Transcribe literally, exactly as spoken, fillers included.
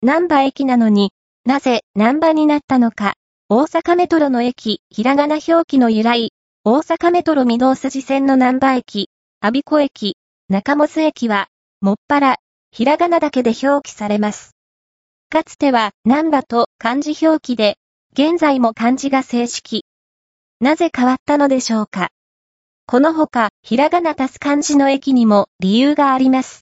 難波駅なのに、なぜ難波になったのか。大阪メトロの駅、ひらがな表記の由来。大阪メトロ御堂筋線の難波駅、我孫子駅、中本駅は、もっぱら、ひらがなだけで表記されます。かつては、難波と漢字表記で、現在も漢字が正式。なぜ変わったのでしょうか。このほか、ひらがな足す漢字の駅にも理由があります。